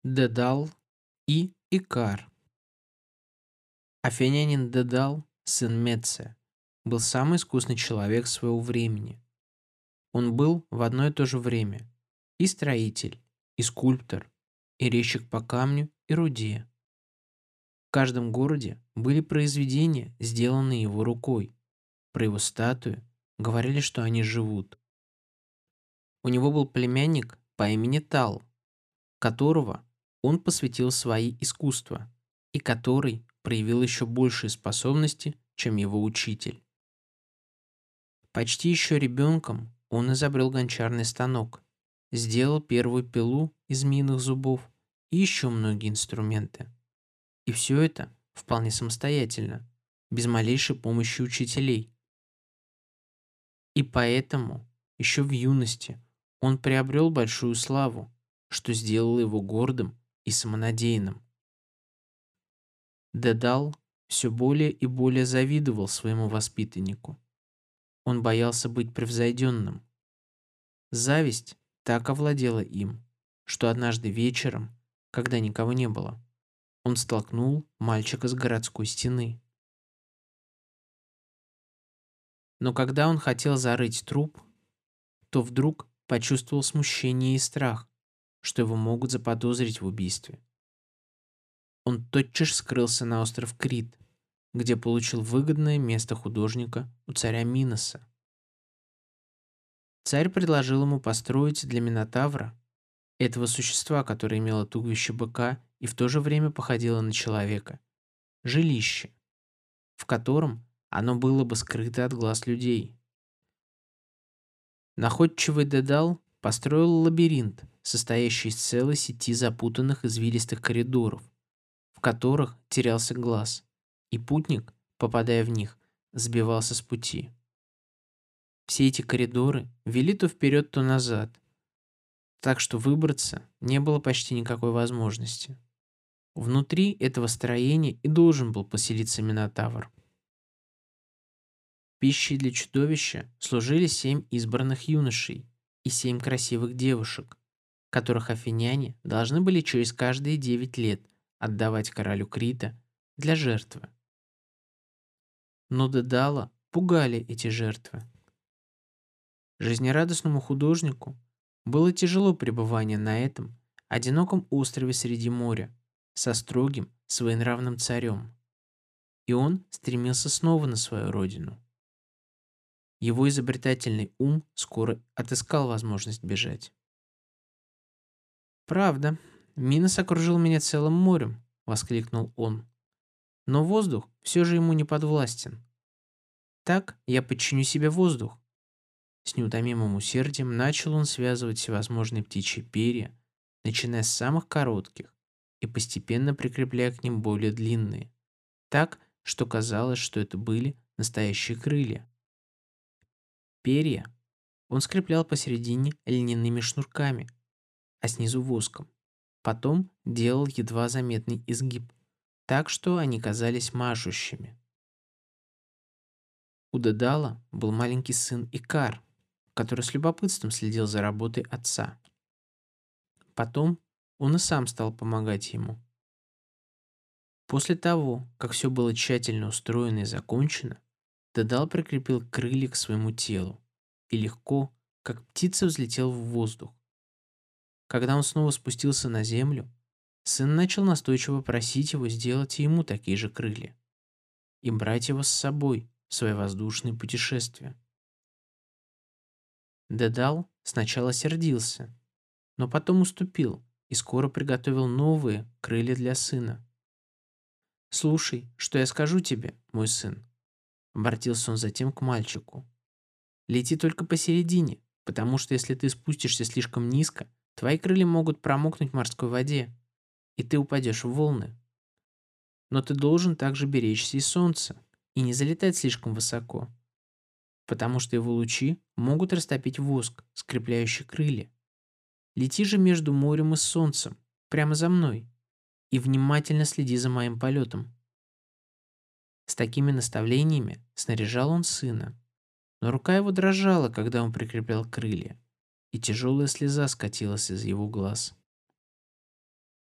Дедал и Икар. Афинянин Дедал, сын Меция, был самый искусный человек своего времени. Он был в одно и то же время и строитель, и скульптор, и резчик по камню и руде. В каждом городе были произведения, сделанные его рукой. Про его статуи говорили, что они живут. У него был племянник по имени Тал, которого он посвятил свои искусства и который проявил еще большие способности, чем его учитель. Почти еще ребенком он изобрел гончарный станок, сделал первую пилу из змеиных зубов и еще многие инструменты. И все это вполне самостоятельно, без малейшей помощи учителей. И поэтому еще в юности он приобрел большую славу, что сделало его гордым и самонадеянным. Дедал все более и более завидовал своему воспитаннику. Он боялся быть превзойденным. Зависть так овладела им, что однажды вечером, когда никого не было, он столкнул мальчика с городской стены. Но когда он хотел зарыть труп, то вдруг почувствовал смущение и страх, что его могут заподозрить в убийстве. Он тотчас скрылся на остров Крит, где получил выгодное место художника у царя Миноса. Царь предложил ему построить для Минотавра, этого существа, которое имело туловище быка и в то же время походило на человека, жилище, в котором оно было бы скрыто от глаз людей. Находчивый Дедал построил лабиринт, состоящий из целой сети запутанных извилистых коридоров, в которых терялся глаз, и путник, попадая в них, сбивался с пути. Все эти коридоры вели то вперед, то назад, так что выбраться не было почти никакой возможности. Внутри этого строения и должен был поселиться Минотавр. Пищей для чудовища служили 7 избранных юношей и 7 красивых девушек, которых афиняне должны были через каждые 9 лет отдавать королю Крита для жертвы. Но Дедала пугали эти жертвы. Жизнерадостному художнику было тяжело пребывание на этом одиноком острове среди моря со строгим своенравным царем, и он стремился снова на свою родину. Его изобретательный ум скоро отыскал возможность бежать. «Правда, Минос окружил меня целым морем», — воскликнул он. «Но воздух все же ему не подвластен. Так я подчиню себе воздух». С неутомимым усердием начал он связывать всевозможные птичьи перья, начиная с самых коротких и постепенно прикрепляя к ним более длинные, так, что казалось, что это были настоящие крылья. Перья он скреплял посередине льняными шнурками, а снизу воском. Потом делал едва заметный изгиб, так что они казались машущими. У Дедала был маленький сын Икар, который с любопытством следил за работой отца. Потом он и сам стал помогать ему. После того, как все было тщательно устроено и закончено, Дедал прикрепил крылья к своему телу и легко, как птица, взлетел в воздух. Когда он снова спустился на землю, сын начал настойчиво просить его сделать и ему такие же крылья и брать его с собой в свои воздушные путешествия. Дедал сначала сердился, но потом уступил и скоро приготовил новые крылья для сына. «Слушай, что я скажу тебе, мой сын», — обратился он затем к мальчику. «Лети только посередине, потому что если ты спустишься слишком низко, твои крылья могут промокнуть в морской воде, и ты упадешь в волны. Но ты должен также беречься и солнца, и не залетать слишком высоко, потому что его лучи могут растопить воск, скрепляющий крылья. Лети же между морем и солнцем, прямо за мной, и внимательно следи за моим полетом». С такими наставлениями снаряжал он сына, но рука его дрожала, когда он прикреплял крылья, и тяжелая слеза скатилась из его глаз.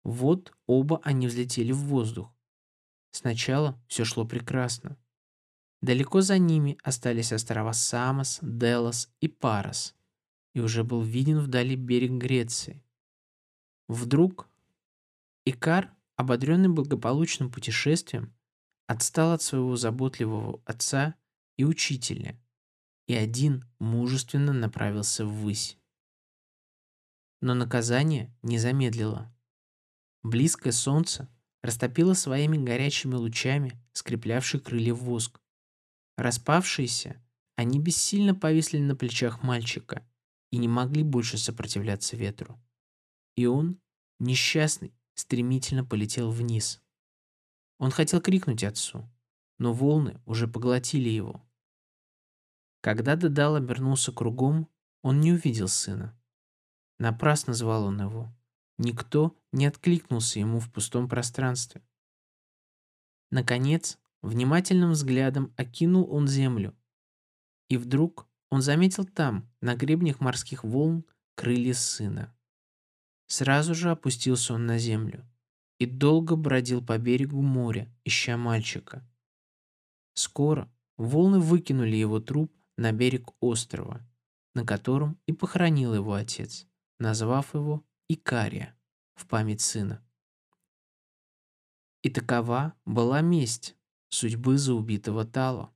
Вот оба они взлетели в воздух. Сначала все шло прекрасно. Далеко за ними остались острова Самос, Делос и Парос, и уже был виден вдали берег Греции. Вдруг Икар, ободренный благополучным путешествием, отстал от своего заботливого отца и учителя, и один мужественно направился ввысь. Но наказание не замедлило. Близкое солнце растопило своими горячими лучами скреплявший крылья воск. Распавшиеся, они бессильно повисли на плечах мальчика и не могли больше сопротивляться ветру. И он, несчастный, стремительно полетел вниз. Он хотел крикнуть отцу, но волны уже поглотили его. Когда Дедал обернулся кругом, он не увидел сына. Напрасно звал он его. Никто не откликнулся ему в пустом пространстве. Наконец, внимательным взглядом окинул он землю. И вдруг он заметил там, на гребнях морских волн, крылья сына. Сразу же опустился он на землю и долго бродил по берегу моря, ища мальчика. Скоро волны выкинули его труп на берег острова, на котором и похоронил его отец, назвав его Икария в память сына. И такова была месть судьбы за убитого Тала.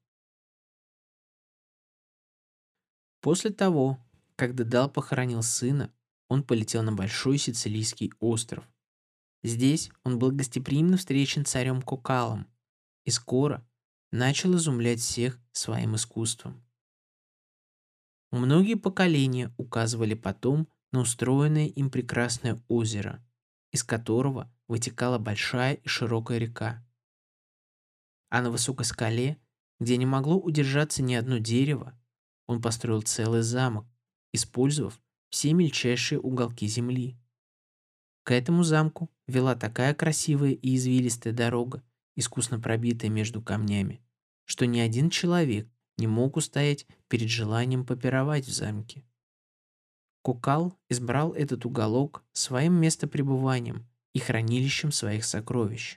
После того, как Дедал похоронил сына, он полетел на большой сицилийский остров. Здесь он был гостеприимно встречен царем Кокалом и скоро начал изумлять всех своим искусством. Многие поколения указывали потом на устроенное им прекрасное озеро, из которого вытекала большая и широкая река. А на высокой скале, где не могло удержаться ни одно дерево, он построил целый замок, использовав все мельчайшие уголки земли. К этому замку вела такая красивая и извилистая дорога, искусно пробитая между камнями, что ни один человек не мог устоять перед желанием попировать в замке. Кокал избрал этот уголок своим местопребыванием и хранилищем своих сокровищ.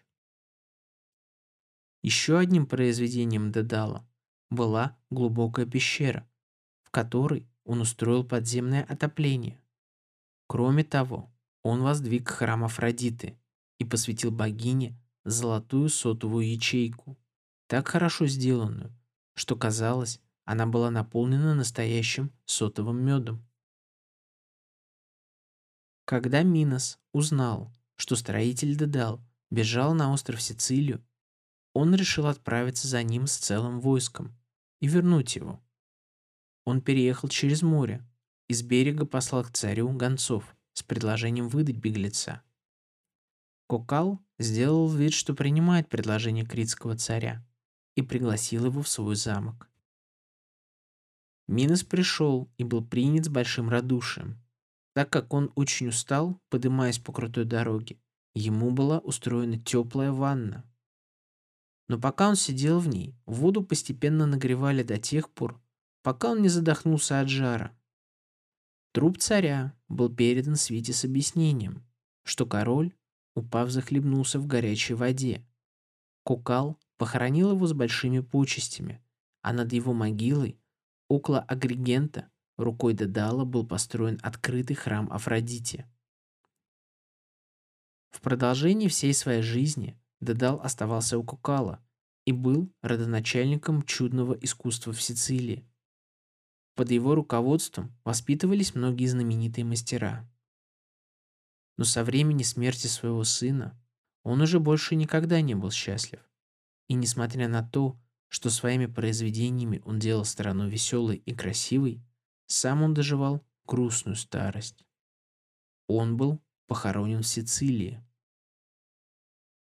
Еще одним произведением Дедала была глубокая пещера, в которой он устроил подземное отопление. Кроме того, он воздвиг храм Афродиты и посвятил богине золотую сотовую ячейку, так хорошо сделанную, что казалось, она была наполнена настоящим сотовым медом. Когда Минос узнал, что строитель Дедал бежал на остров Сицилию, он решил отправиться за ним с целым войском и вернуть его. Он переехал через море и с берега послал к царю гонцов с предложением выдать беглеца. Кокал сделал вид, что принимает предложение критского царя и пригласил его в свой замок. Минос пришел и был принят с большим радушием. Так как он очень устал, поднимаясь по крутой дороге, ему была устроена теплая ванна. Но пока он сидел в ней, воду постепенно нагревали до тех пор, пока он не задохнулся от жара. Труп царя был передан свите с объяснением, что король, упав, захлебнулся в горячей воде. Кокал похоронил его с большими почестями, а над его могилой, около Агригента, рукой Дедала был построен открытый храм Афродите. В продолжении всей своей жизни Дедал оставался у Кокала и был родоначальником чудного искусства в Сицилии. Под его руководством воспитывались многие знаменитые мастера. Но со времени смерти своего сына он уже больше никогда не был счастлив. И несмотря на то, что своими произведениями он делал страну веселой и красивой, сам он доживал грустную старость. Он был похоронен в Сицилии.